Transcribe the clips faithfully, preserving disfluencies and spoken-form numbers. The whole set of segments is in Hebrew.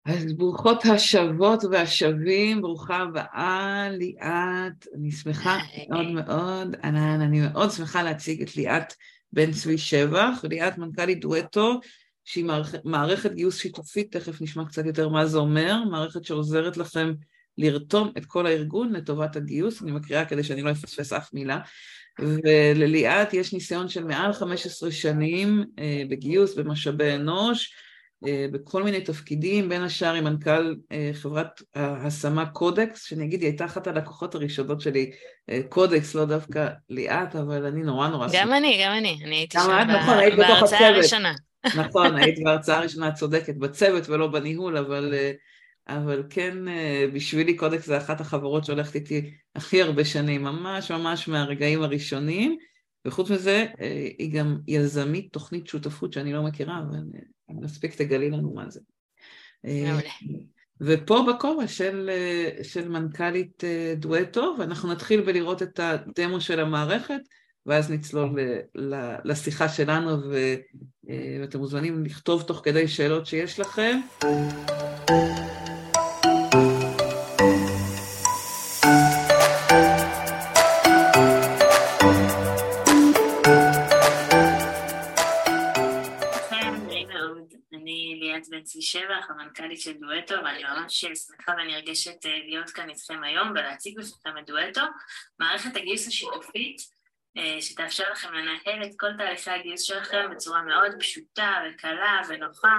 אז ברוכות השבות והשבים, ברוכה הבאה, ליאת, אני שמחה מאוד היי. מאוד, ענן, אני מאוד שמחה להציג את ליאת בן צבי שבח, ליאת מנכ"לית דואטו, שהיא מערכת, מערכת גיוס שיתופית, תכף נשמע קצת יותר מה זה אומר, מערכת שעוזרת לכם לרתום את כל הארגון לטובת הגיוס, אני מקריאה כדי שאני לא אפספס אף מילה, ולליאת יש ניסיון של מעל חמש עשרה שנים אה, בגיוס, במשאבי אנוש, בכל מיני תפקידים, בין השאר עם מנכ"ל חברת ההשמה קודקס, שאני אגיד, היא הייתה אחת הלקוחות הראשונות שלי, קודקס, לא דווקא ליאת, אבל אני נורא נורא שמחה. גם אני, גם אני, אני הייתי גם שם את, נכון, היית ב- בתוך בהרצאה הצוות. הראשונה. נכון, היית בהרצאה הראשונה, את צודקת, בצוות ולא בניהול, אבל, אבל כן, בשבילי קודקס זה אחת החברות שהולכת איתי הכי הרבה שנים, ממש ממש מהרגעים הראשונים, וחוץ מזה, היא גם יזמית תוכנית שותפות שאני לא מכירה, אבל מספיק תגלי לנו מה זה. מעולה. ופה בכובע של, של מנכ"לית דואטו, ואנחנו נתחיל בלראות את הדמו של המערכת, ואז נצלול לשיחה שלנו, ואתם מוזמנים לכתוב תוך כדי שאלות שיש לכם. בן צבי שבח, המנכ"לית של דואטו, ואני ממש שמחה ונרגשת להיות כאן איתכם היום ולהציג בפניכם את דואטו, מערכת הגיוס השיתופית שתאפשר לכם לנהל את כל תהליכי הגיוס שלכם בצורה מאוד פשוטה וקלה ונוחה.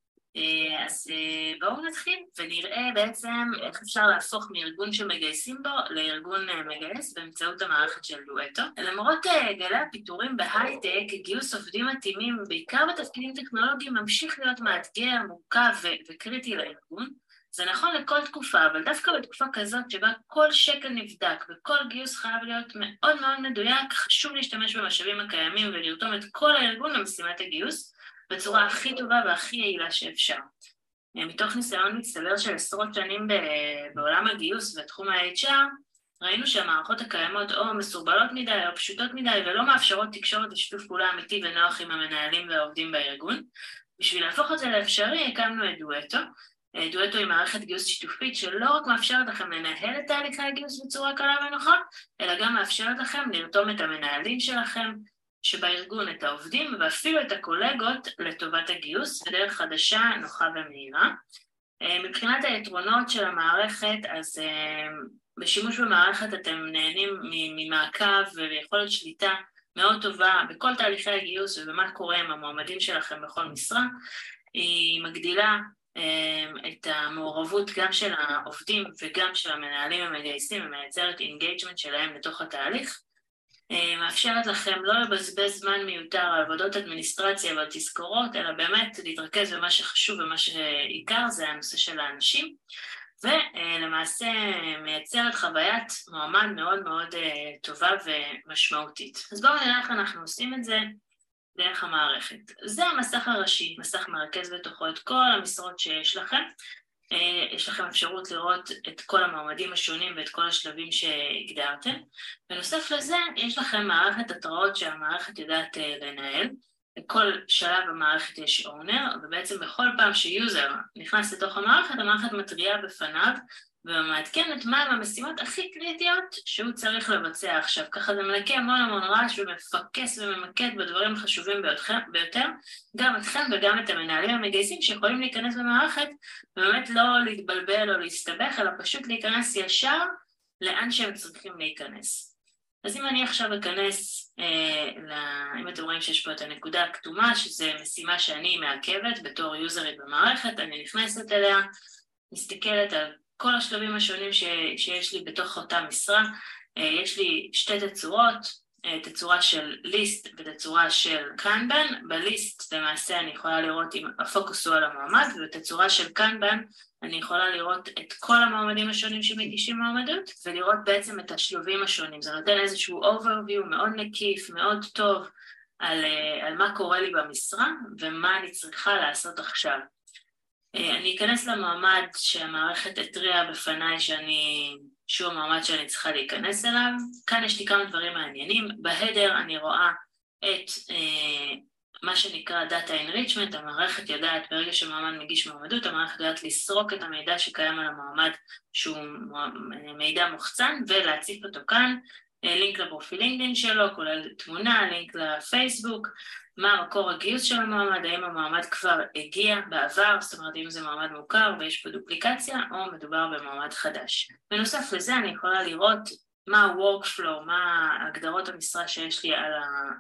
אז בואו נתחיל ונראה בעצם איך אפשר להפוך מארגון שמגייסים בו לארגון מגייס באמצעות המערכת של דואטו. למרות גלי הפיטורים בהייטק, גיוס עובדים מתאימים, בעיקר בתפקידים טכנולוגיים, ממשיך להיות מאתגר, מורכב ו- וקריטי לארגון. זה נכון לכל תקופה, אבל דווקא בתקופה כזאת שבה כל שקל נבדק וכל גיוס חייב להיות מאוד מאוד מדויק, חשוב להשתמש במשאבים הקיימים ולרתום את כל הארגון למשימת הגיוס, בצורה הכי טובה והכי יעילה שאפשר. מתוך ניסיון מצטבר של עשרות שנים בעולם הגיוס ותחום ה-אייץ' אר, ראינו שהמערכות הקיימות או מסורבלות מדי או פשוטות מדי ולא מאפשרות תקשורת ושיתוף פעולה אמיתי ונוח עם המנהלים והעובדים בארגון. בשביל להפוך את זה לאפשרי, הקמנו את דואטו. דואטו היא מערכת גיוס שיתופית שלא רק מאפשרת לכם לנהל את תהליכי הגיוס בצורה קלה ונוחה, אלא גם מאפשרת לכם לרתום את המנהלים שלכם, שבארגון את העובדים ואפילו את הקולגות לטובת הגיוס בדרך חדשה, נוחה ומהירה. מבחינת היתרונות של המערכת, אז בשימוש במערכת אתם נהנים ממעקב ויכולת שליטה מאוד טובה בכל תהליכי הגיוס ובמה קורה עם המועמדים שלכם בכל משרה. היא מגדילה את המעורבות גם של העובדים וגם של המנהלים המגייסים ומייצרת אינגייג'מנט שלהם לתוך התהליך. מאפשרת לכם לא לבזבז זמן מיותר על עבודות אדמיניסטרציה ועל תזכורות, אלא באמת להתרכז במה שחשוב ומה שעיקר זה הנושא של האנשים, ולמעשה מייצרת חוויית מועמד מאוד מאוד טובה ומשמעותית. אז בואו נראה איך אנחנו עושים את זה דרך המערכת. זה המסך הראשי, מסך מרכז בתוכו את כל המשרות שיש לכם. יש לכם אפשרות לראות את כל המועמדים השונים ואת כל השלבים שהגדרתם. בנוסף לזה, יש לכם מערכת התראות שהמערכת יודעת לנהל. בכל שלב במערכת יש אונר, ובעצם בכל פעם שיוזר נכנס לתוך המערכת, המערכת מתריעה בפניו, ומעדכנת מהם המשימות הכי קריטיות שהוא צריך לבצע עכשיו. ככה זה מנקה המון המון רעש ומפקס וממקד בדברים החשובים ביותר, גם אתכם וגם את המנהלים המגייסים שיכולים להיכנס במערכת, ובאמת לא להתבלבל או להסתבך, אלא פשוט להיכנס ישר לאן שהם צריכים להיכנס. אז אם אני עכשיו אכנס, אה, אם אתם רואים שיש פה את הנקודה הכתומה, שזה משימה שאני מעכבת בתור יוזרית במערכת, אני נכנסת אליה, מסתכלת על כל השלבים השונים ש, שיש לי בתוך אותה משרה. יש לי שתי תצורות, תצורה של ליסט ותצורה של קנבן. בליסט למעשה אני יכולה לראות אם הפוקוס הוא על המועמד, ובתצורה של קנבן אני יכולה לראות את כל המועמדים השונים שמגישים מועמדות, ולראות בעצם את השלבים השונים. זה נותן איזשהו overview מאוד מקיף, מאוד טוב, על, על מה קורה לי במשרה ומה אני צריכה לעשות עכשיו. אני אכנס למועמד שהמערכת התריעה בפניי שאני, שהוא המועמד שאני צריכה להיכנס אליו. כאן יש לי כמה דברים מעניינים. בהדר אני רואה את אה, מה שנקרא Data Enrichment, המערכת יודעת, ברגע שמועמד מגיש מועמדות, המערכת יודעת לסרוק את המידע שקיים על המועמד שהוא מידע מוחצן, ולהציף אותו כאן, לינק לפרופיל לינקדאין שלו, כולל תמונה, לינק לפייסבוק, מה מקור הגיוס של המועמד, האם המועמד כבר הגיע בעבר, זאת אומרת אם זה מועמד מוכר ויש פה דופליקציה, או מדובר במועמד חדש. בנוסף לזה אני יכולה לראות מה ה-workflow, מה הגדרות המשרה שיש לי על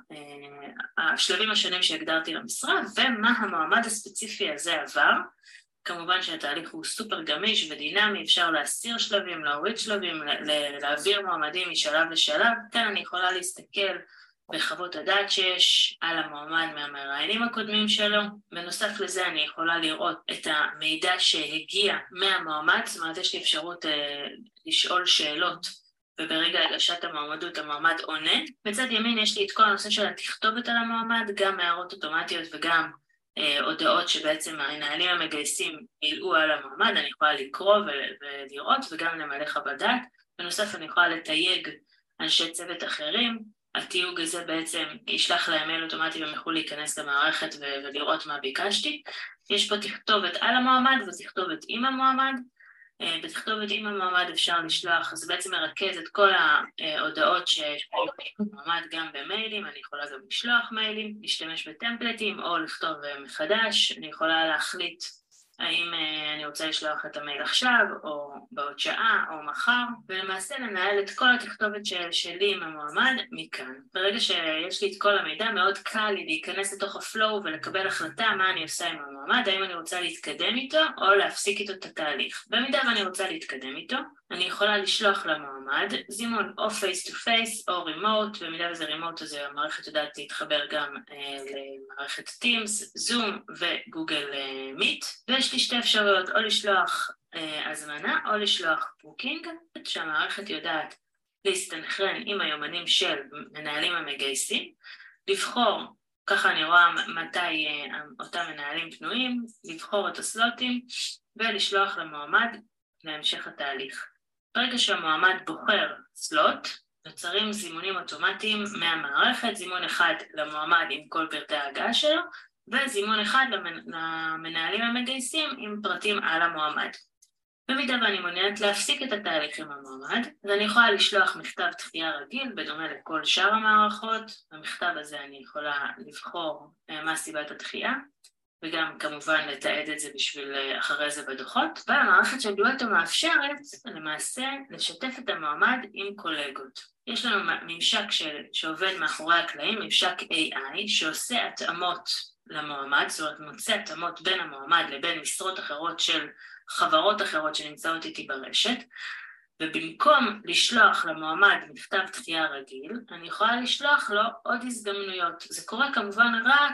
השלבים השונים שהגדרתי למשרה, ומה המועמד הספציפי הזה עבר. כמובן שהתהליך הוא סופר גמיש ודינמי, אפשר להסיר שלבים, להוריד שלבים, להעביר מועמדים משלב לשלב. כאן אני יכולה להסתכל בחוות הדעת שיש על המועמד מהמראיינים הקודמים שלו. בנוסף לזה אני יכולה לראות את המידע שהגיע מהמועמד, זאת אומרת יש לי אפשרות אה, לשאול שאלות, וברגע הגשת המועמדות המועמד עונה. בצד ימין יש לי את כל הנושא של התכתובת על המועמד, גם הערות אוטומטיות וגם אה, הודעות שבעצם המנהלים המגייסים מילאו על המועמד, אני יכולה לקרוא ולראות וגם למלא חוות דעת. בנוסף אני יכולה לתייג אנשי צוות אחרים, התיוג הזה בעצם ישלח להם מייל אוטומטי והם יוכלו להיכנס למערכת ולראות מה ביקשתי. יש פה תכתובת על המועמד ותכתובת עם המועמד. בתכתובת עם המועמד אפשר לשלוח, זה בעצם מרכז את כל ההודעות שיש במועמד גם במיילים, אני יכולה גם לשלוח מיילים, להשתמש בטמפלטים או לכתוב מחדש, אני יכולה להחליט האם אני רוצה לשלוח את המייל עכשיו, או בעוד שעה, או מחר, ולמעשה לנהל את כל התכתובת של, שלי עם המועמד מכאן. ברגע שיש לי את כל המידע, מאוד קל לי להיכנס לתוך הפלואו ולקבל החלטה מה אני עושה עם המועמד, האם אני רוצה להתקדם איתו, או להפסיק איתו את התהליך. במידה ואני רוצה להתקדם איתו, אני יכולה לשלוח למועמד זימון או face to face או remote, במידה וזה remote אז המערכת יודעת להתחבר גם אה, למערכת Teams, Zoom וגוגל אה, Meet, ויש לי שתי אפשרויות, או לשלוח אה, הזמנה או לשלוח בוקינג, שהמערכת יודעת להסתנכרן עם היומנים של מנהלים המגייסים, לבחור, ככה אני רואה מתי אה, אותם מנהלים פנויים, לבחור את הסלוטים ולשלוח למועמד להמשך התהליך. ברגע שהמועמד בוחר סלוט, נוצרים זימונים אוטומטיים מהמערכת, זימון אחד למועמד עם כל פרטי ההגעה שלו, וזימון אחד למנהלים המגייסים עם פרטים על המועמד. במידה ואני מעוניינת להפסיק את התהליך עם המועמד, אז אני יכולה לשלוח מכתב דחייה רגיל, בדומה לכל שאר המערכות. במכתב הזה אני יכולה לבחור מה סיבת הדחייה, וגם כמובן לתעד את זה בשביל אחרי זה בדוחות, והמערכת של דואטו מאפשרת למעשה לשתף את המועמד עם קולגות. יש לנו ממשק של, שעובד מאחורי הקלעים, ממשק איי איי, שעושה התאמות למועמד, זאת אומרת מוצא התאמות בין המועמד לבין משרות אחרות של חברות אחרות שנמצאות איתי ברשת, ובמקום לשלוח למועמד מכתב דחייה רגיל, אני יכולה לשלוח לו עוד הזדמנויות. זה קורה כמובן רק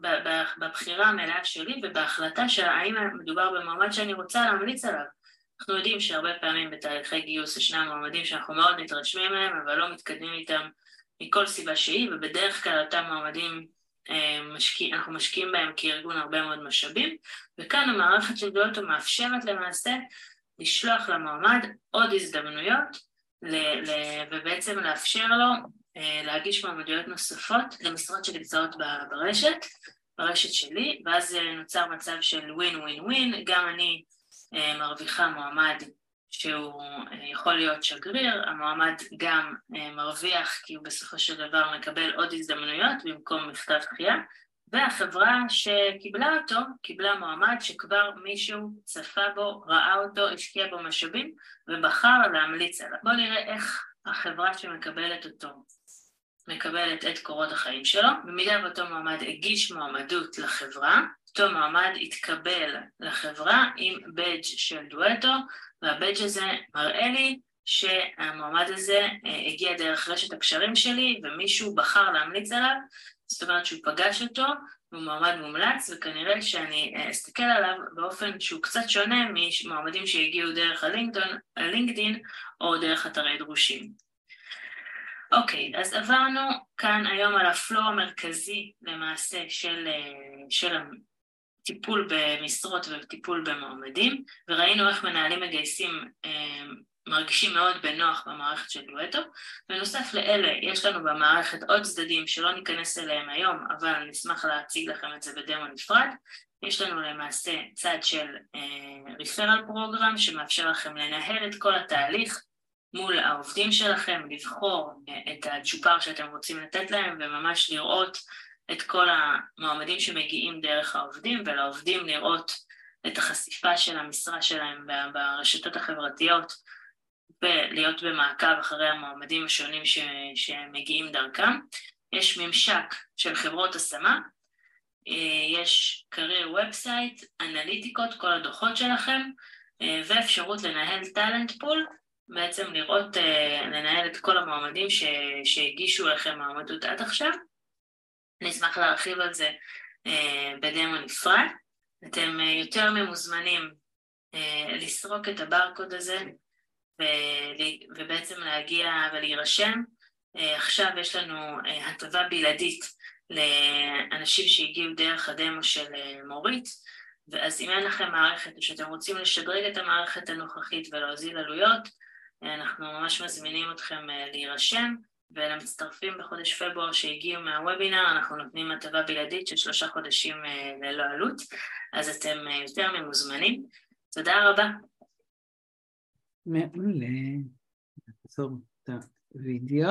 בבחירה המלאה שלי ובהחלטה של האם מדובר במועמד שאני רוצה להמליץ עליו. אנחנו יודעים שהרבה פעמים בתהליכי גיוס ישנם מועמדים שאנחנו מאוד מתרשמים מהם, אבל לא מתקדמים איתם מכל סיבה שהיא, ובדרך כלל אותם מועמדים משקיע, אנחנו משקיעים בהם כארגון הרבה מאוד משאבים, וכאן המערכת של דואטו מאפשרת למעשה לשלוח למועמד עוד הזדמנויות, ל- ל- ובעצם לאפשר לו להגיש מועמדויות נוספות למשרות שנמצאות ברשת, ברשת שלי, ואז נוצר מצב של ווין ווין ווין, גם אני מרוויחה מועמד שהוא יכול להיות שגריר, המועמד גם מרוויח כי הוא בסופו של דבר מקבל עוד הזדמנויות במקום מכתב דחייה, והחברה שקיבלה אותו, קיבלה מועמד שכבר מישהו צפה בו, ראה אותו, השקיע בו משאבים ובחר להמליץ עליו. בואו נראה איך החברה שמקבלת אותו מקבלת את קורות החיים שלו. במידה ואותו מועמד הגיש מועמדות לחברה, אותו מועמד התקבל לחברה עם בדג' של דואטו, והבדג' הזה מראה לי שהמועמד הזה הגיע דרך רשת הקשרים שלי ומישהו בחר להמליץ עליו, זאת אומרת שהוא פגש אותו, הוא מועמד מומלץ, וכנראה שאני אסתכל עליו באופן שהוא קצת שונה ממועמדים שהגיעו דרך הלינקדין או דרך אתרי דרושים. אוקיי, אז עברנו כאן היום על הפלואו המרכזי למעשה של, של טיפול במשרות וטיפול במועמדים, וראינו איך מנהלים מגייסים מרגישים מאוד בנוח במערכת של דואטו. בנוסף לאלה, יש לנו במערכת עוד צדדים שלא ניכנס אליהם היום, אבל נשמח להציג לכם את זה בדמו נפרד. יש לנו למעשה צד של ריפרל פרוגרם, שמאפשר לכם לנהל את כל התהליך מול העובדים שלכם, לבחור את הצ'ופר שאתם רוצים לתת להם, וממש לראות את כל המועמדים שמגיעים דרך העובדים, ולעובדים לראות את החשיפה של המשרה שלהם ברשתות החברתיות, ולהיות במעקב אחרי המועמדים השונים ש... שמגיעים דרכם. יש ממשק של חברות השמה, יש קרייר ובסייט, אנליטיקות, כל הדוחות שלכם, ואפשרות לנהל טלנט פול, בעצם לראות, לנהל את כל המועמדים ש... שהגישו לכם מעמדות עד עכשיו. אני אשמח להרחיב על זה בדמו נפרד. אתם יותר ממוזמנים לסרוק את הברקוד הזה, ובעצם להגיע ולהירשם. עכשיו יש לנו הטבה בלעדית לאנשים שהגיעו דרך הדמו של מורית, ואז אם אין לכם מערכת או שאתם רוצים לשדרג את המערכת הנוכחית ולהוזיל עלויות, אנחנו ממש מזמינים אתכם להירשם, ולמצטרפים בחודש פברואר שהגיעו מהוובינר, אנחנו נותנים הטבה בלעדית של שלושה חודשים ללא עלות, אז אתם יותר ממוזמנים. תודה רבה. מעולה. נעצור את הוידאו.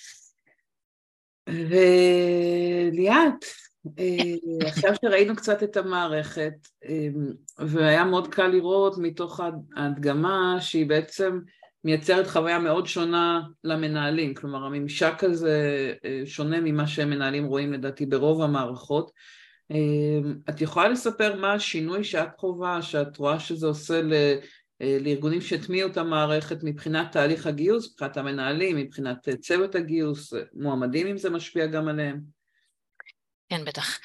וליאת, עכשיו שראינו קצת את המערכת, והיה מאוד קל לראות מתוך ההדגמה שהיא בעצם מייצרת חוויה מאוד שונה למנהלים, כלומר הממשק הזה שונה ממה שמנהלים רואים לדעתי ברוב המערכות. את יכולה לספר מה השינוי שאת חובה, שאת רואה שזה עושה ל... לארגונים שהטמיעו את המערכת מבחינת תהליך הגיוס, מבחינת המנהלים, מבחינת צוות הגיוס, מועמדים אם זה משפיע גם עליהם? כן, בטח.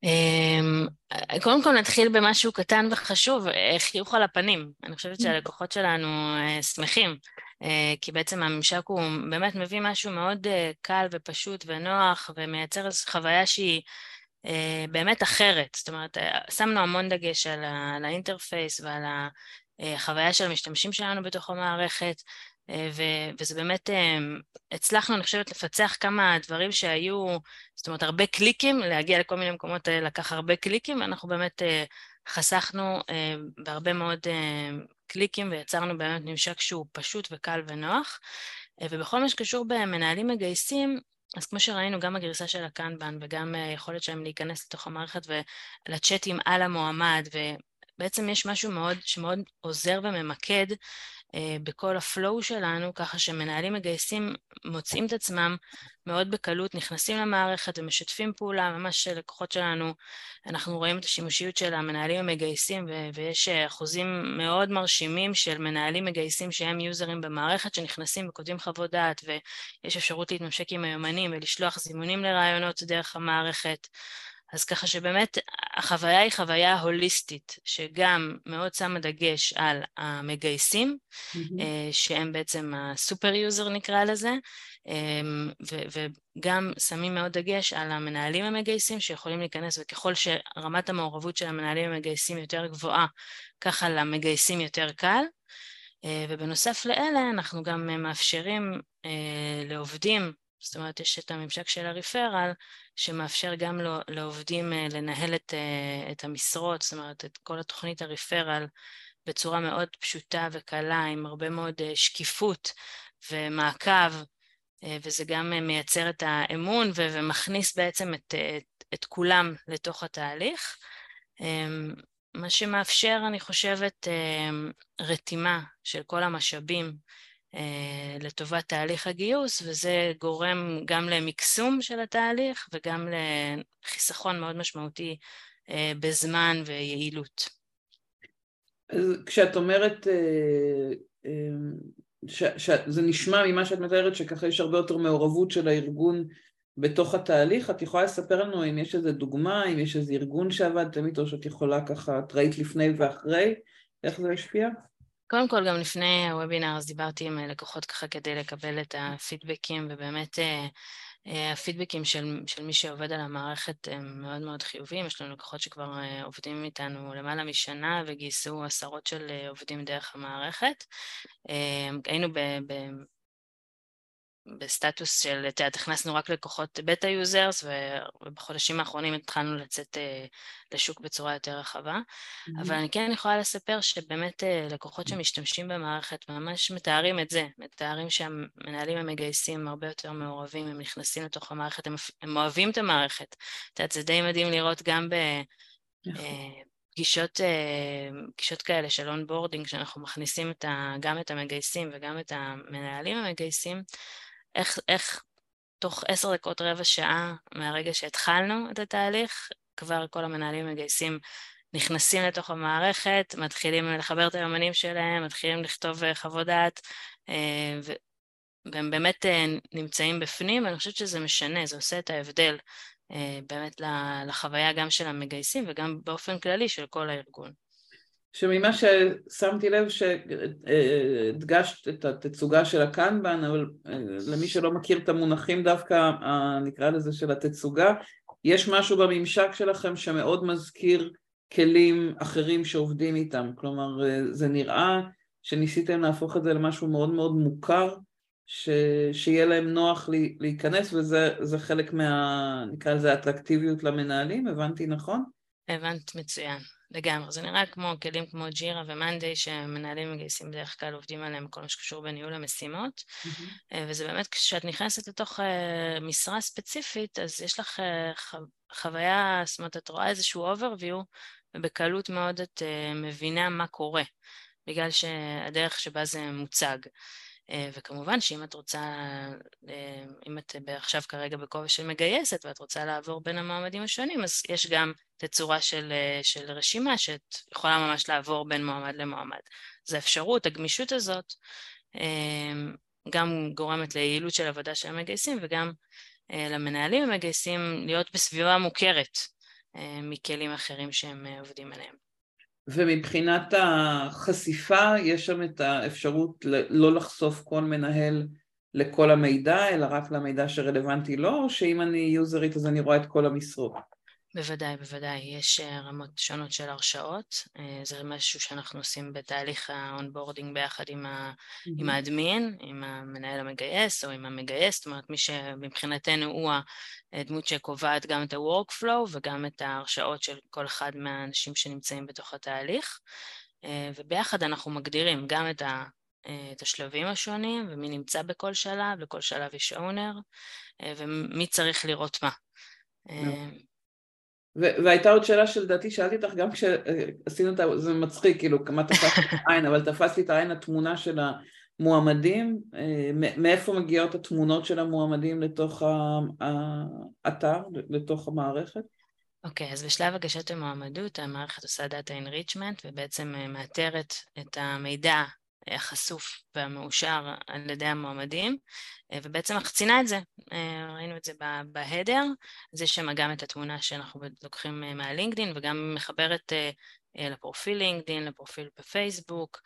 קודם כל נתחיל במשהו קטן וחשוב, חיוך על הפנים. אני חושבת שהלקוחות שלנו שמחים, כי בעצם הממשק הוא באמת מביא משהו מאוד קל ופשוט ונוח, ומייצר חוויה שהיא באמת אחרת. זאת אומרת, שמנו המון דגש על האינטרפייס ועל החוויה של המשתמשים שלנו בתוך המערכת, וזה באמת, הצלחנו, אני חושבת, לפצח כמה דברים שהיו, זאת אומרת, הרבה קליקים, להגיע לכל מיני מקומות לקח הרבה קליקים, ואנחנו באמת חסכנו בהרבה מאוד קליקים, ויצרנו באמת ממשק שהוא פשוט וקל ונוח, ובכל מה שקשור במנהלים מגייסים, אז כמו שראינו, גם הגרסה של הקנבן, וגם יכולת שהם להיכנס לתוך המערכת ולצ'אטים על המועמד, ובעצם יש משהו מאוד, שמאוד עוזר וממקד בכל הפלואו שלנו, ככה שמנהלים מגייסים מוצאים את עצמם מאוד בקלות, נכנסים למערכת ומשתפים פעולה, ממש לקוחות שלנו, אנחנו רואים את השימושיות של המנהלים המגייסים, ויש אחוזים מאוד מרשימים של מנהלים מגייסים שהם יוזרים במערכת, שנכנסים וכותבים חוות דעת, ויש אפשרות להתממשק עם היומנים ולשלוח זימונים לרעיונות דרך המערכת, אז ככה שבאמת החוויה היא חוויה הוליסטית, שגם מאוד שמה דגש על המגייסים, mm-hmm. שהם בעצם הסופר יוזר נקרא לזה, ו- וגם שמים מאוד דגש על המנהלים המגייסים שיכולים להיכנס, וככל שרמת המעורבות של המנהלים המגייסים יותר גבוהה, ככה למגייסים יותר קל, ובנוסף לאלה אנחנו גם מאפשרים לעובדים, זאת אומרת, יש את הממשק של הריפרל, שמאפשר גם לעובדים לנהל את, את המשרות, זאת אומרת, את כל התוכנית הריפרל, בצורה מאוד פשוטה וקלה, עם הרבה מאוד שקיפות ומעקב, וזה גם מייצר את האמון, ומכניס בעצם את, את, את כולם לתוך התהליך. מה שמאפשר, אני חושבת, רתימה של כל המשאבים, לטובת תהליך הגיוס, וזה גורם גם למקסום של התהליך וגם לחיסכון מאוד משמעותי בזמן ויעילות. אז כשאת אומרת, ש, ש, זה נשמע ממה שאת מתארת שככה יש הרבה יותר מעורבות של הארגון בתוך התהליך, את יכולה לספר לנו אם יש איזו דוגמה, אם יש איזה ארגון שעבדתם איתו, שאת יכולה ככה, את ראית לפני ואחרי, איך זה השפיע? קודם כל, גם לפני הוובינר, אז דיברתי עם לקוחות ככה כדי לקבל את הפידבקים, ובאמת הפידבקים של, של מי שעובד על המערכת הם מאוד מאוד חיוביים, יש לנו לקוחות שכבר עובדים איתנו למעלה משנה וגייסו עשרות של עובדים דרך המערכת. היינו ב... ב בסטטוס של, תיאת, הכנסנו רק לקוחות בטה יוזרס, ובחודשים האחרונים התחלנו לצאת לשוק בצורה יותר רחבה, mm-hmm. אבל אני כן יכולה לספר שבאמת לקוחות שמשתמשים במערכת ממש מתארים את זה, מתארים שהמנהלים המגייסים הרבה יותר מעורבים, הם נכנסים לתוך המערכת, הם, הם אוהבים את המערכת, תיאת, זה די מדהים לראות גם ב... פגישות, פגישות כאלה של אונבורדינג, שאנחנו מכניסים את ה, גם את המגייסים וגם את המנהלים המגייסים, איך, איך תוך עשר דקות רבע שעה מהרגע שהתחלנו את התהליך, כבר כל המנהלים המגייסים נכנסים לתוך המערכת, מתחילים לחבר את היומנים שלהם, מתחילים לכתוב חוות דעת, והם באמת נמצאים בפנים, ואני חושבת שזה משנה, זה עושה את ההבדל, באמת לחוויה גם של המגייסים וגם באופן כללי של כל הארגון. שממה ששמתי לב שהדגשת את התצוגה של הקנבן, אבל למי שלא מכיר את המונחים דווקא, נקרא לזה של התצוגה, יש משהו בממשק שלכם שמאוד מזכיר כלים אחרים שעובדים איתם, כלומר זה נראה שניסיתם להפוך את זה למשהו מאוד מאוד מוכר, ש... שיהיה להם נוח לי... להיכנס, וזה זה חלק מה... נקרא לזה אטרקטיביות למנהלים, הבנתי נכון? הבנת מצוין, לגמרי. זה נראה כמו כלים כמו ג'ירה ומנדי, שמנהלים מגייסים בדרך כלל עובדים עליהם כל מה שקשור בניהול המשימות, mm-hmm. וזה באמת כשאת נכנסת לתוך משרה ספציפית, אז יש לך חוויה, זאת אומרת, את רואה איזשהו overview, ובקלות מאוד את מבינה מה קורה, בגלל שהדרך שבה זה מוצג. וכמובן שאם את רוצה, אם את עכשיו כרגע בכובע של מגייסת ואת רוצה לעבור בין המועמדים השונים, אז יש גם תצורה של, של רשימה שאת יכולה ממש לעבור בין מועמד למועמד. זו אפשרות, הגמישות הזאת גם גורמת ליעילות של עבודה של המגייסים, וגם למנהלים המגייסים להיות בסביבה מוכרת מכלים אחרים שהם עובדים עליהם. ומבחינת החשיפה, יש שם את האפשרות לא לחשוף כל מנהל לכל המידע, אלא רק למידע שרלוונטי לו, או שאם אני יוזרית אז אני רואה את כל המשרות? בוודאי, בוודאי. יש רמות שונות של הרשאות. זה משהו שאנחנו עושים בתהליך האונבורדינג ביחד עם, ה... mm-hmm. עם האדמין, עם המנהל המגייס או עם המגייס, זאת אומרת מי שמבחינתנו הוא הדמות שקובעת גם את ה-workflow וגם את ההרשאות של כל אחד מהאנשים שנמצאים בתוך התהליך, וביחד אנחנו מגדירים גם את, ה... את השלבים השונים ומי נמצא בכל שלב, בכל שלב יש אונר, ומי צריך לראות מה. Mm-hmm. והייתה עוד שאלה שלדעתי, שאלתי אותך גם כשעשינו את זה, זה מצחיק, כאילו, כמה תפסתי את העין, אבל תפסתי את העין התמונה של המועמדים, מאיפה מגיעות התמונות של המועמדים לתוך האתר, לתוך המערכת? אוקיי, okay, אז בשלב הגשת המועמדות, המערכת עושה דאטה אנריצ'מנט, ובעצם מאתרת את המידע החשוף והמאושר על ידי המועמדים, ובעצם מחצינה את זה, ראינו את זה בהדר, זה שם גם את התמונה שאנחנו לוקחים מהלינקדין, וגם מחברת לפרופיל לינקדין, לפרופיל בפייסבוק,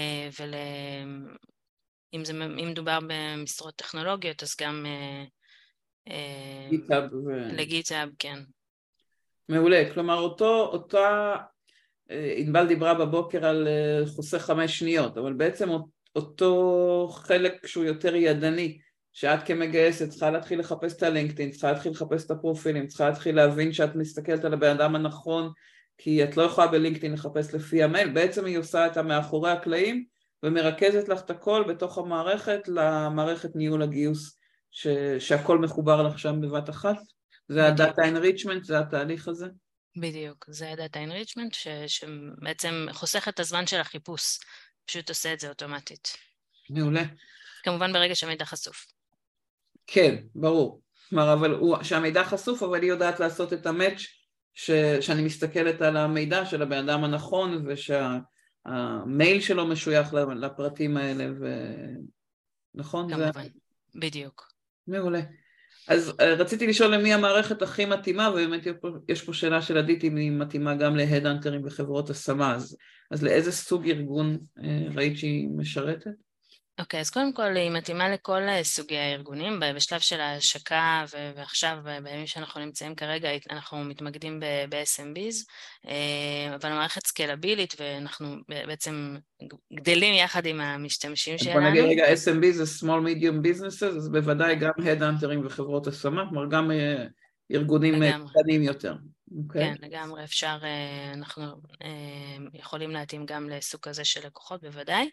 ואם זה, אם מדובר במשרות טכנולוגיות, אז גם גיטהאב לגיטהאב, כן. מעולה, כלומר אותו, אותה, ענבל דיברה בבוקר על חוסך חמש שניות, אבל בעצם אותו חלק שהוא יותר ידני, שאת כמגייסת צריכה להתחיל לחפש את הלינקדאין, צריכה להתחיל לחפש את הפרופילים, צריכה להתחיל להבין שאת מסתכלת על הבן אדם הנכון, כי את לא יכולה בלינקדאין לחפש לפי המייל, בעצם היא עושה את המאחורי הקלעים, ומרכזת לך את הכל בתוך המערכת, למערכת ניהול הגיוס, ש... שהכל מחובר לך שם בבת אחת. זה הדאטה אנריצ'מנט, זה התהליך הזה? בדיוק, זה הדאטה אנריצ'מנט, ש... שבעצם חוסך את הזמן של החיפוש, פשוט עושה את זה אוטומטית. מעולה. כמובן ברגע שהמידע חשוף. כן, ברור. כלומר, אבל הוא, שהמידע חשוף, אבל היא יודעת לעשות את המאץ' ש... שאני מסתכלת על המידע של הבן אדם הנכון, ושהמייל שלו משוייך לפרטים האלה, ו... נכון? כמובן, זה... בדיוק. מעולה. אז רציתי לשאול למי המערכת הכי מתאימה, ובאמת יש פה שאלה של עדית אם היא מתאימה גם להדהנטרים וחברות השמה, אז, אז לאיזה סוג ארגון ראית שהיא משרתת? אוקיי, אז קודם כל היא מתאימה לכל סוגי הארגונים, בשלב של ההשקה ועכשיו בימים שאנחנו נמצאים כרגע אנחנו מתמקדים ב-אס אם ביז, אבל המערכת סקלבילית ואנחנו בעצם גדלים יחד עם המשתמשים שלנו. בוא נגיד רגע, אס אם בי זה small medium businesses, אז בוודאי גם הדהנטרים וחברות השמה, כלומר גם ארגונים קטנים יותר. כן, לגמרי אפשר, אנחנו יכולים להתאים גם לסוג כזה של לקוחות בוודאי.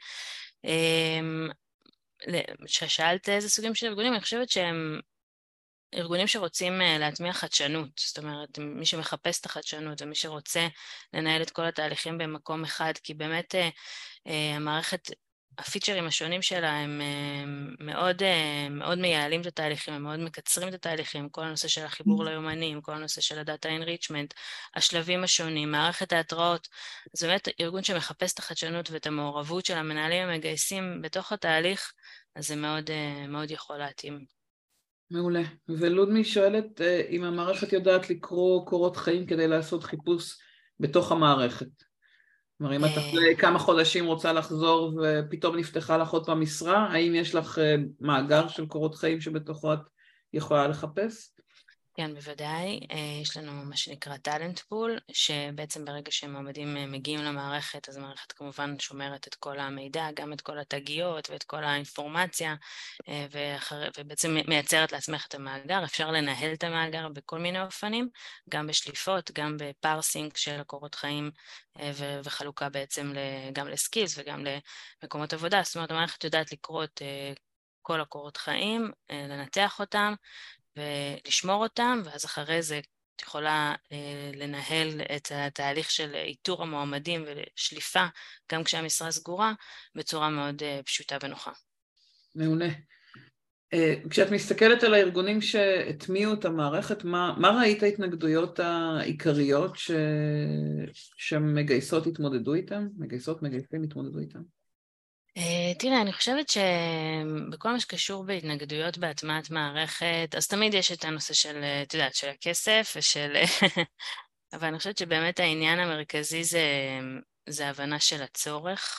ששאלת איזה סוגים של ארגונים, אני חושבת שהם ארגונים שרוצים להטמיע חדשנות, זאת אומרת, מי שמחפש את החדשנות ומי שרוצה לנהל את כל התהליכים במקום אחד, כי באמת המערכת, הפיצ'רים השונים שלה הם מאוד, מאוד מייעלים את התהליכים, הם מאוד מקצרים את התהליכים, כל הנושא של החיבור ליומנים, כל הנושא של הדאטה אנריצ'מנט, השלבים השונים, מערכת ההתראות, זה באמת ארגון שמחפש את החדשנות ואת המעורבות של המנהלים המגייסים בתוך התהליך, אז זה מאוד, מאוד יכול להתאים. מעולה. ולודמי שואלת אם המערכת יודעת לקרוא קורות חיים כדי לעשות חיפוש בתוך המערכת. כלומר, אם את אחרי כמה חודשים רוצה לחזור ופתאום נפתחה לך עוד פעם משרה, האם יש לך מאגר של קורות חיים שבתוכו את יכולה לחפש? כן, בוודאי. יש לנו מה שנקרא טלנט פול, שבעצם ברגע שמועמדים מגיעים למערכת, אז המערכת כמובן שומרת את כל המידע, גם את כל התגיות ואת כל האינפורמציה, ואחר, ובעצם מייצרת לעצמך את המאגר. אפשר לנהל את המאגר בכל מיני אופנים, גם בשליפות, גם בפרסינג של הקורות חיים, וחלוקה בעצם גם לסקילס וגם למקומות עבודה. זאת אומרת, המערכת יודעת לקרוא את כל הקורות חיים, לנתח אותם, ולשמור אותם, ואז אחרי זה את יכולה אה, לנהל את התהליך של איתור המועמדים ושליפה, גם כשהמשרה סגורה, בצורה מאוד אה, פשוטה ונוחה. מעולה. אה, כשאת מסתכלת על הארגונים שהטמיעו את המערכת, מה, מה ראית ההתנגדויות העיקריות ש... שמגייסות התמודדו איתם? מגייסות, מגייסים התמודדו איתם? תראה, אני חושבת שבכל מה שקשור בהתנגדויות בהטמעת מערכת, אז תמיד יש את הנושא של, את יודעת, של הכסף ושל... אבל אני חושבת שבאמת העניין המרכזי זה, זה הבנה של הצורך,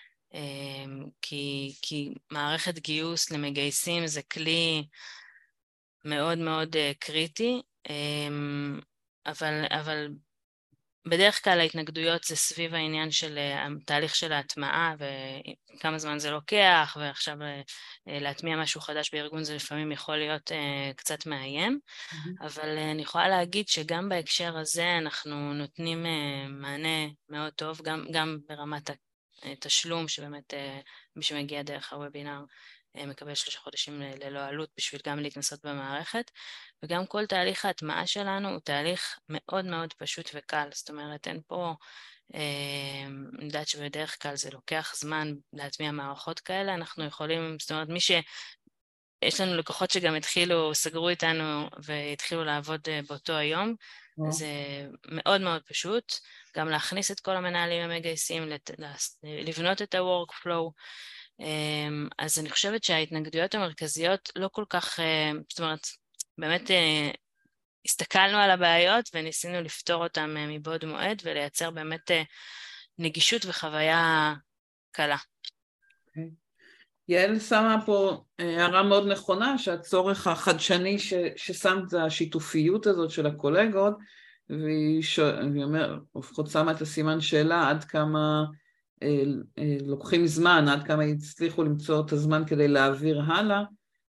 כי, כי מערכת גיוס למגייסים זה כלי מאוד מאוד קריטי, אבל, אבל בדרך כלל ההתנגדויות זה סביב העניין של התהליך של ההטמעה וכמה זמן זה לוקח, ועכשיו להטמיע משהו חדש בארגון זה לפעמים יכול להיות קצת מאיים, mm-hmm. אבל אני יכולה להגיד שגם בהקשר הזה אנחנו נותנים מענה מאוד טוב, גם, גם ברמת התשלום שבאמת מי שמגיע דרך הוובינר מקבל שלושה חודשים ללא עלות בשביל גם להתנסות במערכת, וגם כל תהליך ההטמעה שלנו הוא תהליך מאוד מאוד פשוט וקל, זאת אומרת אין פה, אה, אני יודעת שבדרך כלל זה לוקח זמן להטמיע מערכות כאלה, אנחנו יכולים, זאת אומרת מי ש... יש לנו לקוחות שגם התחילו, סגרו איתנו והתחילו לעבוד באותו היום, yeah. זה מאוד מאוד פשוט, גם להכניס את כל המנהלים המגייסים, לת... לבנות את ה-workflow, אז אני חושבת שההתנגדויות המרכזיות לא כל כך, זאת אומרת, באמת הסתכלנו על הבעיות וניסינו לפתור אותם מבעוד מועד ולייצר באמת נגישות וחוויה קלה. Okay. יעל שמה פה הערה מאוד נכונה, שהצורך החדשני ש, ששמת זה השיתופיות הזאת של הקולגות, והיא ש... אומר, לפחות שמה את הסימן שאלה עד כמה לוקחים זמן, עד כמה הצליחו למצוא את הזמן כדי להעביר הלאה,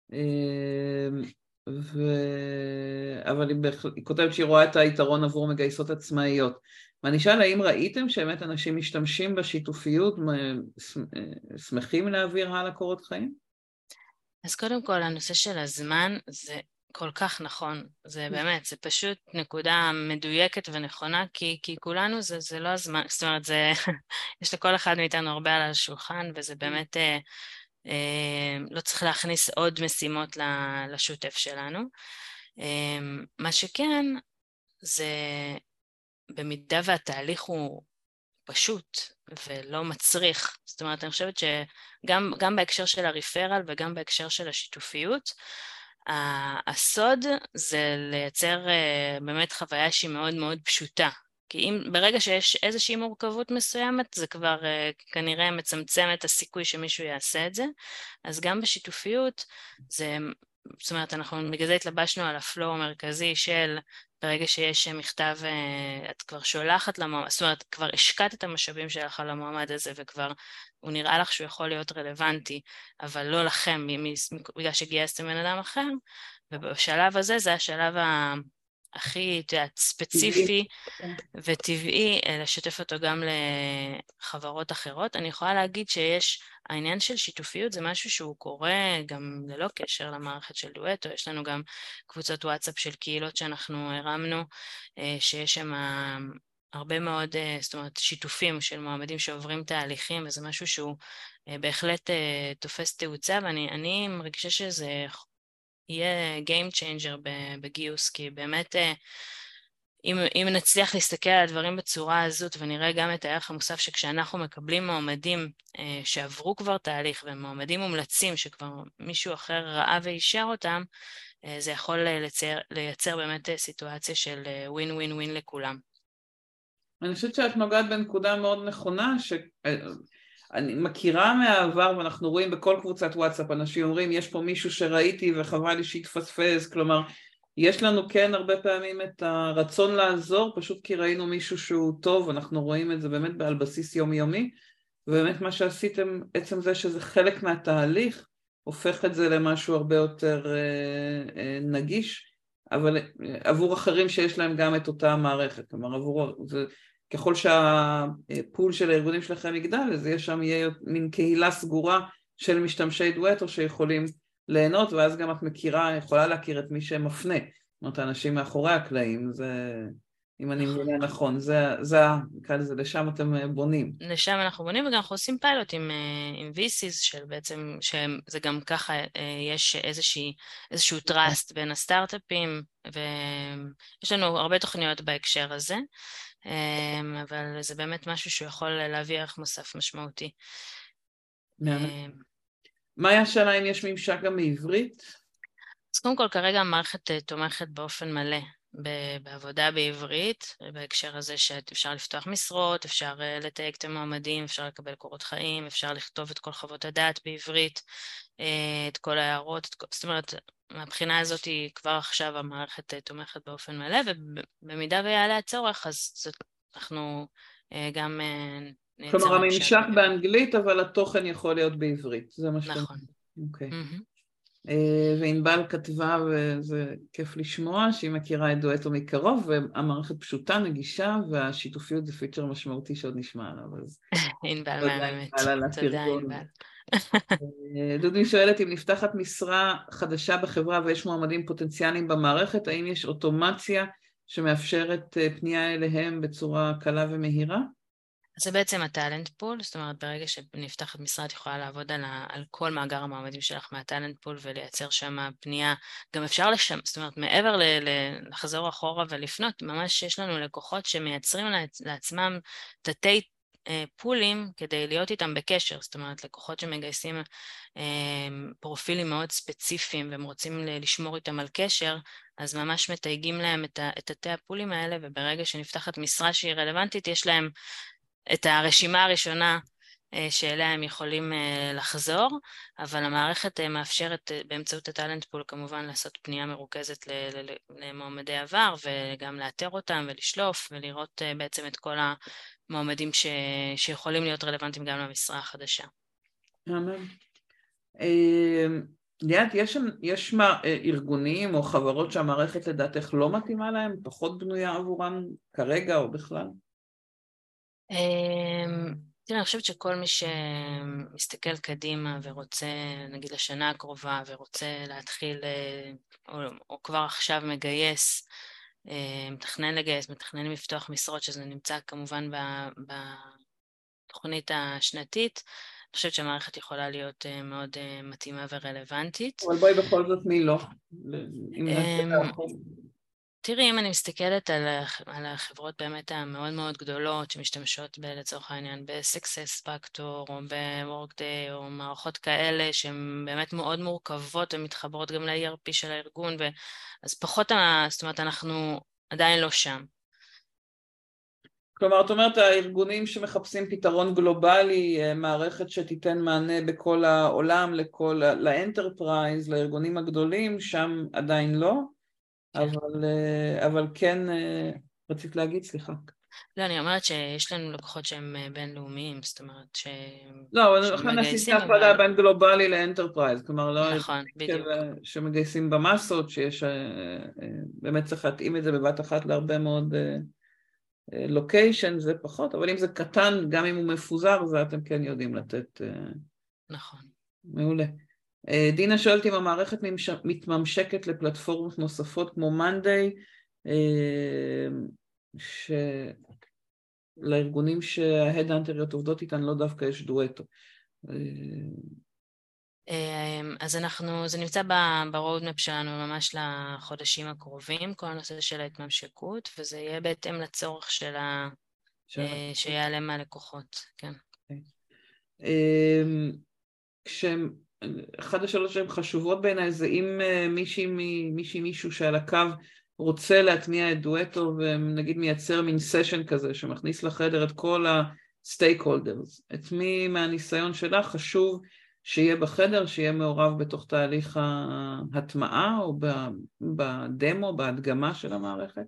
ו... אבל היא, בכ... היא כותבת שהיא רואה את היתרון עבור מגייסות עצמאיות. ואני שאלה, האם ראיתם שבאמת אנשים משתמשים בשיתופיות, שמחים להעביר הלאה קורות חיים? אז קודם כל, הנושא של הזמן זה כל כך נכון, זה באמת, זה פשוט נקודה מדויקת ונכונה, כי, כי כולנו זה, זה לא הזמן, זאת אומרת, זה, יש לכל אחד מאיתנו הרבה על השולחן, וזה באמת, אה, אה, לא צריך להכניס עוד משימות לשוטף שלנו. אה, מה שכן, זה במידה והתהליך הוא פשוט ולא מצריך, זאת אומרת, אני חושבת שגם גם בהקשר של הריפרל וגם בהקשר של השיתופיות, הסוד זה לייצר באמת חוויה שהיא מאוד מאוד פשוטה, כי אם ברגע שיש איזושהי מורכבות מסוימת, זה כבר uh, כנראה מצמצם את הסיכוי שמישהו יעשה את זה. אז גם בשיתופיות, זה, זאת אומרת, אנחנו בגלל זה התלבשנו על הפלואו המרכזי של ברגע שיש מכתב, uh, את כבר שולחת למועמד, זאת אומרת, כבר השקעת את המשאבים שלך על המועמד הזה, וכבר הוא נראה לך שהוא יכול להיות רלוונטי, אבל לא לכם, בגלל שגייסתם בן אדם אחר, ובשלב הזה זה השלב ה... הכי, את יודעת, ספציפי וטבעי לשתף אותו גם לחברות אחרות. אני יכולה להגיד שיש, העניין של שיתופיות זה משהו שהוא קורה גם ללא קשר למערכת של דואטו, יש לנו גם קבוצות וואטסאפ של קהילות שאנחנו הרמנו, שיש שם הרבה מאוד, זאת אומרת, שיתופים של מועמדים שעוברים תהליכים, וזה משהו שהוא בהחלט תופס תאוצה, ואני אני מרגישה שזה יהיה game changer בגיוס, כי באמת אם, אם נצליח להסתכל על הדברים בצורה הזאת ונראה גם את הערך המוסף שכשאנחנו מקבלים מועמדים שעברו כבר תהליך ומועמדים מומלצים שכבר מישהו אחר ראה ואישר אותם, זה יכול לייצר, לייצר באמת סיטואציה של ווין ווין ווין לכולם. אני חושבת שאת נוגעת בנקודה מאוד נכונה, ש... אני מכירה מהעבר, ואנחנו רואים בכל קבוצת וואטסאפ, אנשים אומרים, יש פה מישהו שראיתי וחבל לי שהתפספס, כלומר, יש לנו כן הרבה פעמים את הרצון לעזור, פשוט כי ראינו מישהו שהוא טוב, אנחנו רואים את זה באמת על בסיס יומיומי, ובאמת מה שעשיתם, עצם זה שזה חלק מהתהליך, הופך את זה למשהו הרבה יותר אה, אה, נגיש, אבל עבור אחרים שיש להם גם את אותה מערכת, כלומר, עבור... זה, ככל שהפול של הארגונים שלכם יגדל, אז יש שם יהיה מין קהילה סגורה של משתמשי דואטו שיכולים ליהנות, ואז גם את מכירה, יכולה להכיר את מי שמפנה, זאת אומרת, האנשים מאחורי הקלעים, זה, אם אני מבינה נכון, זה, זה, זה, לשם אתם בונים. לשם אנחנו בונים, וגם אנחנו עושים פיילוט עם, עם וי סי'ס, של בעצם, שזה גם ככה, יש איזושהי, איזשהו טראסט בין הסטארט-אפים, ויש לנו הרבה תוכניות בהקשר הזה, אבל זה באמת משהו שהוא יכול להביא ערך מוסף משמעותי. מה היה השאלה אם יש ממשק גם בעברית? אז קודם כל כרגע המערכת תומכת באופן מלא בעבודה בעברית, בהקשר הזה שאפשר לפתוח משרות, אפשר לתייג את המועמדים, אפשר לקבל קורות חיים, אפשר לכתוב את כל חוות הדעת בעברית, את כל ההערות, את כל... זאת אומרת, מהבחינה הזאת כבר עכשיו המערכת תומכת באופן מלא, ובמידה ויעלה הצורך, אז זאת, אנחנו גם נייצר... כלומר, הממשק באנגלית, אבל התוכן יכול להיות בעברית, זה מה שאתם... נכון. אוקיי. Mm-hmm. וענבל כתבה, וזה כיף לשמוע, שהיא מכירה את דואטו מקרוב, והמערכת פשוטה, נגישה, והשיתופיות זה פיצ'ר משמעותי שעוד נשמע עליו. ענבל מהאמת. תודה ענבל. דודי שואלת, אם נפתחת משרה חדשה בחברה ויש מועמדים פוטנציאליים במערכת, האם יש אוטומציה שמאפשרת פנייה אליהם בצורה קלה ומהירה? זה בעצם הטלנט פול, זאת אומרת ברגע שנפתחת משרה את יכולה לעבוד על, ה, על כל מאגר המעמדים שלך מהטלנט פול ולייצר שם פנייה, גם אפשר לשם, זאת אומרת מעבר ל, ל, לחזור אחורה ולפנות, ממש יש לנו לקוחות שמייצרים לעצ, לעצמם תתי פולים כדי להיות איתם בקשר, זאת אומרת לקוחות שמגייסים פרופילים מאוד ספציפיים והם רוצים לשמור איתם על קשר, אז ממש מתייגים להם את, את תתי הפולים האלה, וברגע שנפתחת משרה שהיא רלוונטית יש להם את הרשימה הראשונה שאליה הם יכולים לחזור, אבל המערכת מאפשרת באמצעות הטלנט פול כמובן לעשות פנייה מרוכזת למועמדי עבר, וגם לאתר אותם ולשלוף ולראות בעצם את כל המועמדים ש... שיכולים להיות רלוונטיים גם למשרה החדשה. אמן. ליאת, יש, יש ארגונים או חברות שהמערכת לדעתך לא מתאימה להם, פחות בנויה עבורם כרגע או בכלל? תראה, אני חושבת שכל מי שמסתכל קדימה ורוצה, נגיד לשנה הקרובה, ורוצה להתחיל, או, או כבר עכשיו מגייס, מתכנן לגייס, מתכנן לפתוח משרות, שזה נמצא כמובן בתוכנית השנתית, אני חושבת שהמערכת יכולה להיות מאוד מתאימה ורלוונטית. אבל בואי בכל זאת מי לא? תראי, אם אני מסתכלת על, על החברות באמת המאוד מאוד גדולות שמשתמשות ב, לצורך העניין ב-Success Factor או ב-Workday או מערכות כאלה שהן באמת מאוד מורכבות ומתחברות גם ל-E R P של הארגון, ו... אז פחות, זאת אומרת, אנחנו עדיין לא שם. כלומר, את אומרת, הארגונים שמחפשים פתרון גלובלי, מערכת שתיתן מענה בכל העולם, לכל, לאנטרפרייז, לארגונים הגדולים, שם עדיין לא, כן. אבל, אבל כן, רצית להגיד, סליחה. לא, אני אומרת שיש לנו לקוחות שהם בינלאומיים, זאת אומרת ש... לא, אבל לכן עשית הפרדה בין גלובלי לאנטרפרייז, כלומר, לא... נכון, בדיוק. שמגייסים במסות, שיש... באמת צריך להתאים את זה בבת אחת להרבה מאוד לוקיישן, זה פחות, אבל אם זה קטן, גם אם הוא מפוזר, זה אתם כן יודעים לתת... נכון. מעולה. דינה שואלת אם המערכת מתממשקת לפלטפורמות נוספות כמו Monday, ש... לארגונים שההדהנטריות עובדות איתן לא דווקא יש דואטו. אז אנחנו, זה נמצא ברודמפ שלנו ממש לחודשים הקרובים, כל הנושא של ההתממשקות, וזה יהיה בהתאם לצורך של ה... שיעלה מהלקוחות, כן. כשהם, אחד השאלות שהן חשובות בעיניי זה אם מישהי, מישהי מישהו שעל הקו רוצה להטמיע את דואטו ונגיד מייצר מין סשן כזה שמכניס לחדר את כל הסטייקהולדרס. את מי מהניסיון שלה חשוב שיהיה בחדר, שיהיה מעורב בתוך תהליך ההטמעה או בדמו, בהדגמה של המערכת?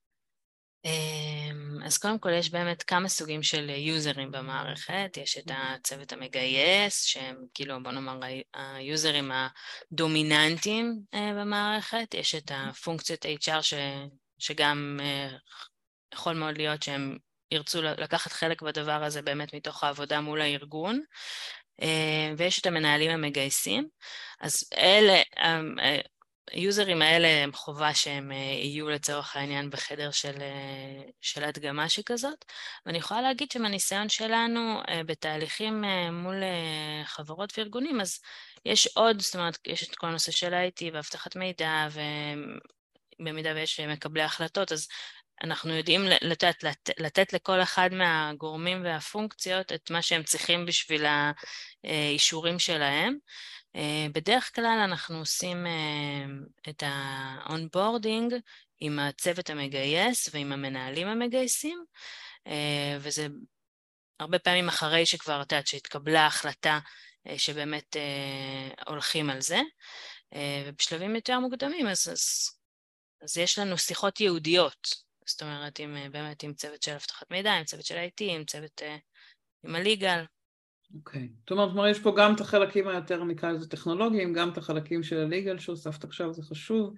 אז קודם כל יש באמת כמה סוגים של יוזרים במערכת, יש את הצוות המגייס, שהם כאילו בוא נאמר היוזרים הדומיננטיים במערכת, יש את הפונקציות אייץ' אר ש, שגם יכול מאוד להיות שהם ירצו לקחת חלק בדבר הזה באמת מתוך העבודה מול הארגון, ויש את המנהלים המגייסים, אז אלה... היוזרים האלה הם חובה שהם יהיו לצורך העניין בחדר של, של הדגמה שכזאת, ואני יכולה להגיד שמהניסיון שלנו בתהליכים מול חברות וארגונים, אז יש עוד, זאת אומרת, יש את כל הנושא של איי טי והבטחת מידע, ובמידה ויש מקבלי החלטות, אז אנחנו יודעים לתת, לתת, לתת לכל אחד מהגורמים והפונקציות את מה שהם צריכים בשביל האישורים שלהם, בדרך כלל אנחנו עושים את ה-onboarding עם הצוות המגייס ועם המנהלים המגייסים, וזה הרבה פעמים אחרי שכבר יודעת שהתקבלה החלטה שבאמת הולכים על זה, ובשלבים יותר מוקדמים אז, אז, אז יש לנו שיחות יהודיות, זאת אומרת עם, באמת עם צוות של הבטחת מידע, עם צוות של איי טי, עם צוות עם הליגל. אוקיי, זאת אומרת, יש פה גם את החלקים היותר נקרא לזה טכנולוגיים, גם את החלקים של הליגל שהוספת עכשיו, זה חשוב,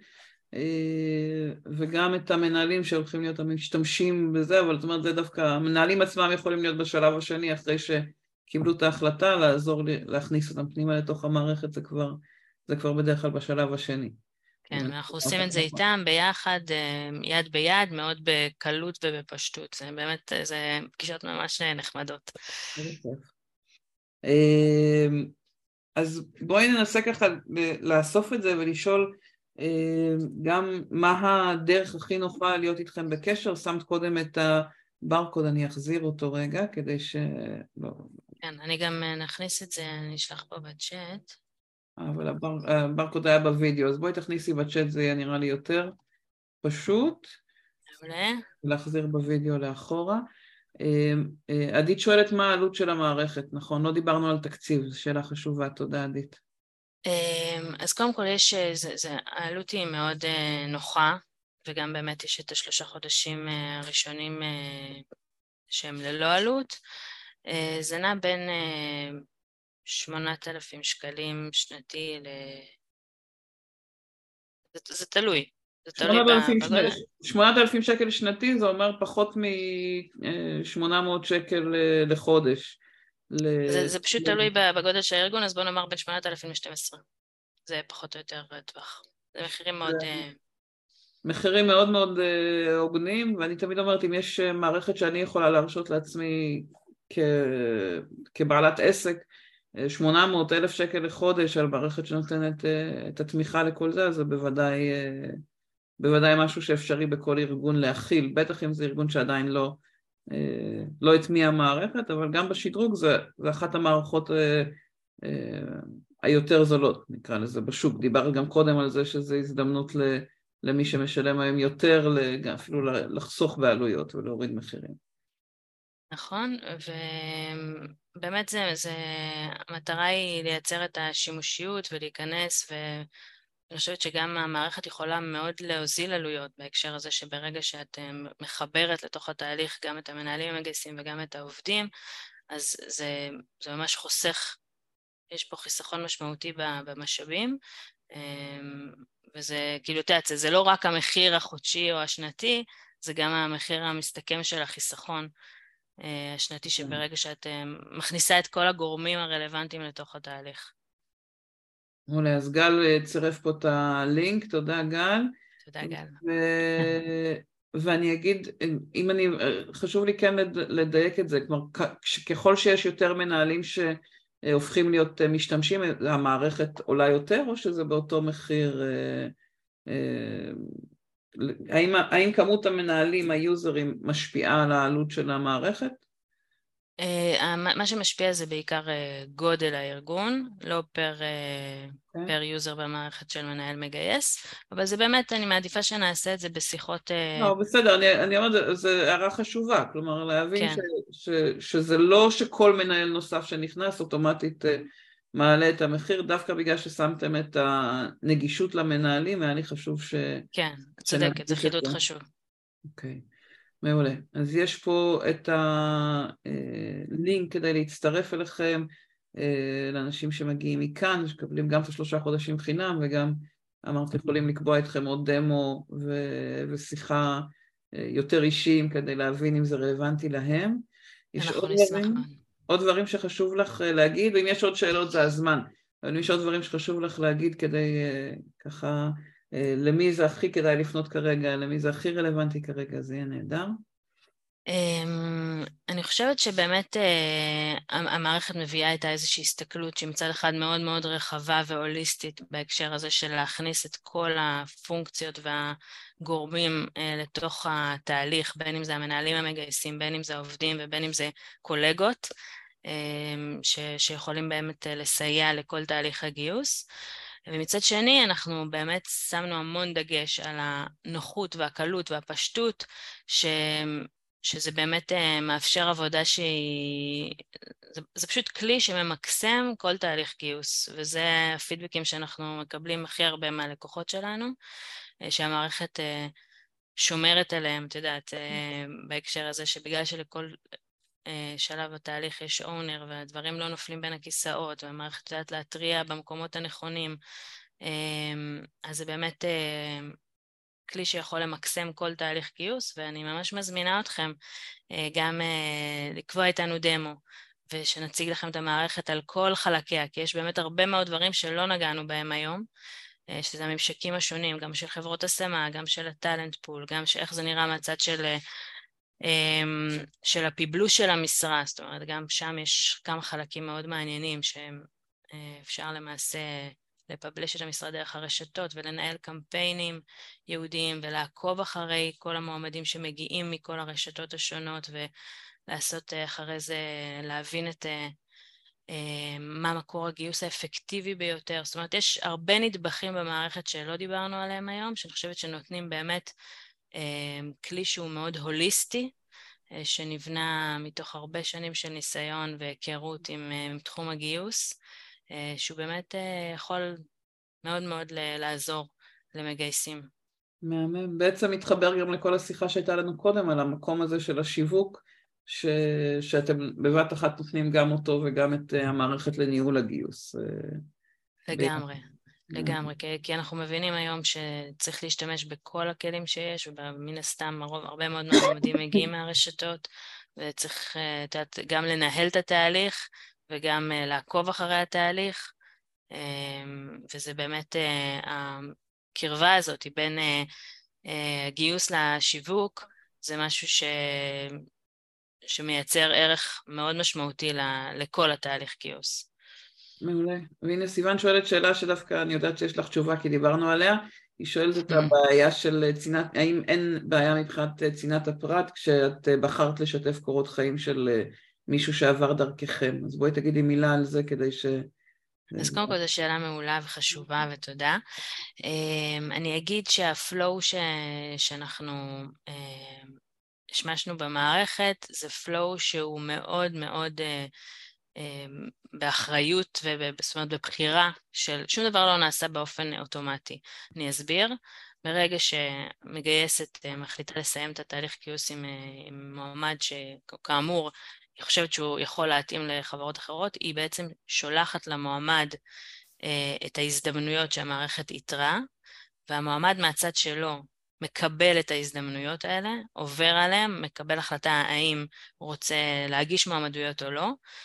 וגם את המנהלים שהולכים להיות המשתמשים בזה, אבל זאת אומרת, זה דווקא, המנהלים עצמם יכולים להיות בשלב השני, אחרי שקיבלו את ההחלטה, לעזור להכניס אותם פנימה לתוך המערכת, זה כבר, זה כבר בדרך כלל בשלב השני. כן, אנחנו עושים את זה איתם ביחד, יד ביד, מאוד בקלות ובפשטות, זה באמת, זה פגישות ממש נחמדות. אז בואי ננסה ככה לאסוף את זה ולשאול גם מה הדרך הכי נוחה להיות איתכם בקשר. שמת קודם את הברקוד, אני אחזיר אותו רגע כדי ש... כן, אני גם נכניס את זה, אני אשלח פה בצ'אט. אבל הבר, הברקוד היה בווידאו, אז בואי תכניסי בצ'אט, זה יהיה נראה לי יותר פשוט. מעולה. להחזיר בווידאו לאחורה. עדית שואלת מה העלות של המערכת, נכון? לא דיברנו על תקציב, זו שאלה חשובה, תודה עדית. אז קודם כל יש, זה, זה, העלות היא מאוד נוחה, וגם באמת יש את השלושה חודשים הראשונים שהם ללא עלות. זה נע בין שמונת אלפים שקלים שנתי ל... זה, זה תלוי. שמונת אלפים שקל שנתי זה אומר פחות מ-שמונה מאות שקל לחודש. זה, זה פשוט תלוי בגודל של הארגון, אז בוא נאמר בין שמונת אלפים ל-שתים עשרה. זה פחות או יותר טווח. זה מחירים מאוד... מחירים מאוד מאוד הוגנים, ואני תמיד אומרת, אם יש מערכת שאני יכולה להרשות לעצמי כבעלת עסק, שמונה מאות אלף שקל לחודש על מערכת שנותנת את התמיכה לכל זה, אז זה בוודאי, בוודאי משהו שאפשרי בכל ארגון להכיל, בטח אם זה ארגון שעדיין לא, לא הטמיע מערכת, אבל גם בשדרוג זה, זה אחת המערכות היותר זולות, נקרא לזה, בשוק. דיבר גם קודם על זה שזה הזדמנות למי שמשלם היום יותר, אפילו לחסוך בעלויות ולהוריד מחירים. נכון, ובאמת זה, זה, המטרה היא לייצר את השימושיות ולהיכנס, ואני חושבת שגם המערכת יכולה מאוד להוזיל עלויות בהקשר הזה, שברגע שאת מחברת לתוך התהליך גם את המנהלים המגייסים וגם את העובדים, אז זה, זה ממש חוסך, יש פה חיסכון משמעותי במשאבים, וזה כאילו, תעת, זה, זה לא רק המחיר החודשי או השנתי, זה גם המחיר המסתכם של החיסכון השנתי, שברגע שאת מכניסה את כל הגורמים הרלוונטיים לתוך התהליך. מעולה, אז גל צירף פה את הלינק, תודה גל. תודה גל. ו... ואני אגיד, אם אני, חשוב לי כן לדייק את זה, כלומר, ככל שיש יותר מנהלים שהופכים להיות משתמשים, המערכת עולה יותר, או שזה באותו מחיר, האם, האם כמות המנהלים, היוזרים, משפיעה על העלות של המערכת? מה שמשפיע זה בעיקר גודל הארגון, לא פר, okay. פר יוזר במערכת של מנהל מגייס, אבל זה באמת, אני מעדיפה שנעשה את זה בשיחות... לא, בסדר, אני, אני אומרת, זו הערה חשובה, כלומר להבין כן. ש, ש, שזה לא שכל מנהל נוסף שנכנס אוטומטית מעלה את המחיר, דווקא בגלל ששמתם את הנגישות למנהלים, היה לי חשוב ש... כן, צודקת, זה חידוד חשוב. אוקיי. Okay. מעולה. אז יש פה את הלינק כדי להצטרף אליכם, לאנשים שמגיעים מכאן, שקבלים גם את השלושה חודשים חינם, וגם אמרתי, יכולים לקבוע איתכם עוד דמו ושיחה יותר אישיים, כדי להבין אם זה רלוונטי להם. יש עוד דברים, עוד דברים שחשוב לך להגיד, ואם יש עוד שאלות זה הזמן, אבל אם יש עוד דברים שחשוב לך להגיד כדי ככה... למי זה הכי כדאי לפנות כרגע, למי זה הכי רלוונטי כרגע, זה יהיה נהדר. אני חושבת שבאמת המערכת מביאה איתה איזושהי הסתכלות שהיא מצד אחד מאוד מאוד רחבה והוליסטית בהקשר הזה של להכניס את כל הפונקציות והגורמים לתוך התהליך, בין אם זה המנהלים המגייסים, בין אם זה העובדים ובין אם זה קולגות, שיכולים באמת לסייע לכל תהליך הגיוס. ומצד שני אנחנו באמת שמנו המון דגש על הנוחות והקלות והפשטות, ש... שזה באמת מאפשר עבודה שהיא... זה, זה פשוט כלי שממקסם כל תהליך גיוס, וזה הפידבקים שאנחנו מקבלים הכי הרבה מהלקוחות שלנו, שהמערכת שומרת עליהם, את יודעת, בהקשר הזה שבגלל שלכל שלב התהליך יש אונר והדברים לא נופלים בין הכיסאות והמערכת יודעת להטריע במקומות הנכונים, אז זה באמת כלי שיכול למקסם כל תהליך גיוס, ואני ממש מזמינה אתכם גם לקבוע איתנו דמו ושנציג לכם את המערכת על כל חלקיה, כי יש באמת הרבה מאוד דברים שלא נגענו בהם היום, שזה הממשקים השונים, גם של חברות השמה, גם של הטלנט פול, גם איך זה נראה מהצד של של הפיבלוש של המשרה, זאת אומרת גם שם יש כמה חלקים מאוד מעניינים שאפשר למעשה לפבלש את המשרה דרך הרשתות ולנהל קמפיינים יהודיים ולעקוב אחרי כל המועמדים שמגיעים מכל הרשתות השונות ולעשות אחרי זה, להבין את מה מקור הגיוס האפקטיבי ביותר. זאת אומרת יש הרבה נדבכים במערכת שלא דיברנו עליהם היום, שאני חושבת שנותנים באמת כלי שהוא מאוד הוליסטי, שנבנה מתוך הרבה שנים של ניסיון והיכרות עם, עם תחום הגיוס, שהוא באמת יכול מאוד מאוד לעזור למגייסים. מהמם. בעצם מתחבר גם לכל השיחה שהייתה לנו קודם על המקום הזה של השיווק, ש... שאתם בבת אחת נותנים גם אותו וגם את המערכת לניהול הגיוס. לגמרי. לגמרי, כי, כי אנחנו מבינים היום שצריך להשתמש בכל הכלים שיש, ומן הסתם הרוב, הרבה מאוד מועמדים מגיעים מהרשתות, וצריך תת, גם לנהל את התהליך, וגם לעקוב אחרי התהליך, וזה באמת הקרבה הזאת בין הגיוס לשיווק, זה משהו ש... שמייצר ערך מאוד משמעותי לכל התהליך גיוס. מעולה. והנה סיוון שואלת שאלה שדווקא אני יודעת שיש לך תשובה כי דיברנו עליה, היא שואלת את הבעיה של צינת, האם אין בעיה מבחינת צינת הפרט כשאת בחרת לשתף קורות חיים של מישהו שעבר דרככם, אז בואי תגידי מילה על זה כדי ש... אז קודם כל זו שאלה מעולה וחשובה ותודה. אני אגיד שהפלואו ש... שאנחנו השמשנו במערכת, זה flow שהוא מאוד מאוד אה, אה, באחריות ובזאת אומרת בבחירה של, שום דבר לא נעשה באופן אוטומטי. אני אסביר. ברגע שמגייסת אה, מחליטה לסיים את התהליך גיוס עם, אה, עם מועמד שכאמור, היא חושבת שהוא יכול להתאים לחברות אחרות, היא בעצם שולחת למועמד אה, את ההזדמנויות שהמערכת יתרה, והמועמד מהצד שלו מקבל את ההזדמנויות האלה, עובר עליהם, מקבל החלטה האם הוא רוצה להגיש מועמדויות או לא,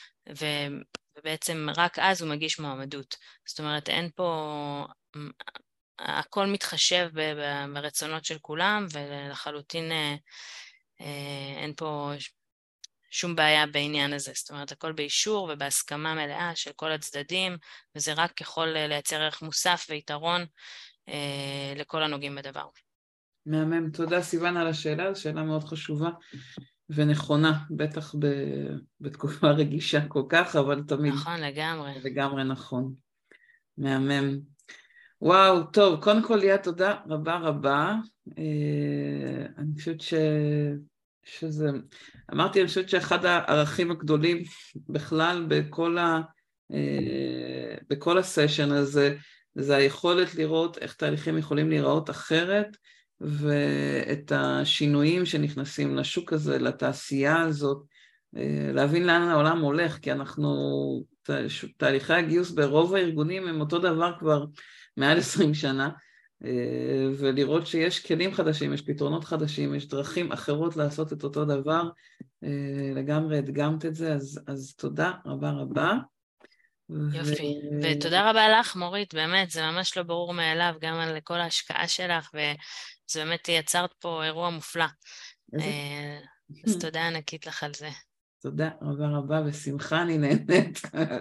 ובעצם רק אז הוא מגיש מועמדות. זאת אומרת, אין פה, הכל מתחשב ברצונות של כולם, ולחלוטין אין פה שום בעיה בעניין הזה. זאת אומרת, הכל באישור ובהסכמה מלאה של כל הצדדים, וזה רק יכול לייצר ערך מוסף ויתרון לכל הנוגעים בדבר. מהמם. תודה סיוון על השאלה, זו שאלה מאוד חשובה ונכונה, בטח ב... בתקופה רגישה כל כך, אבל תמיד. נכון, לגמרי. לגמרי נכון. מהמם. וואו, טוב, קודם כל ליאת, תודה רבה רבה. אה, אני חושבת ש... שזה, אמרתי, אני חושבת שאחד הערכים הגדולים בכלל בכל, ה... אה, בכל הסשן הזה, זה היכולת לראות איך תהליכים יכולים להיראות אחרת, ואת השינויים שנכנסים לשוק הזה, לתעשייה הזאת, להבין לאן העולם הולך, כי אנחנו, תהליכי הגיוס ברוב הארגונים הם אותו דבר כבר מעל עשרים שנה, ולראות שיש כלים חדשים, יש פתרונות חדשים, יש דרכים אחרות לעשות את אותו דבר, לגמרי הדגמת את זה, אז, אז תודה רבה רבה. יופי, ו... ותודה רבה לך מורית, באמת, זה ממש לא ברור מאליו, גם על כל ההשקעה שלך, וזה באמת יצרת פה אירוע מופלא. איזה... אז תודה ענקית לך על זה. תודה רבה רבה, בשמחה אני נהנית.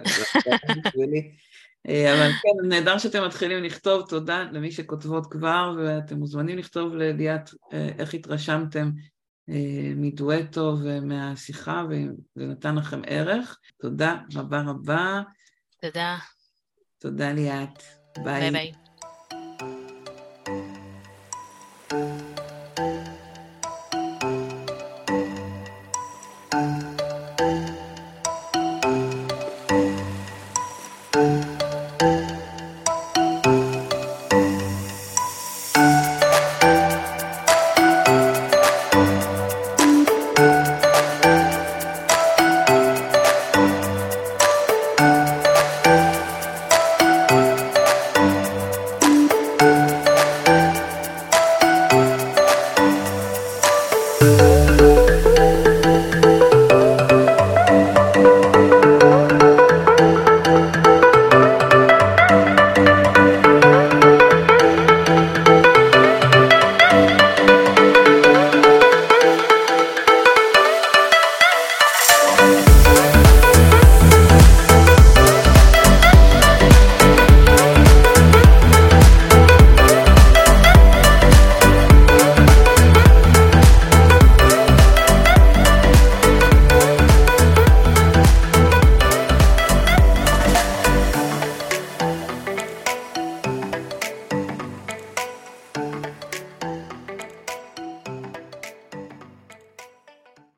אבל כן, נהדר שאתם מתחילים לכתוב, תודה למי שכותבות כבר, ואתם מוזמנים לכתוב לליאת איך התרשמתם מדואטו ומהשיחה, וזה נתן לכם ערך. תודה רבה רבה. תודה. תודה ליאת. ביי. ביי ביי.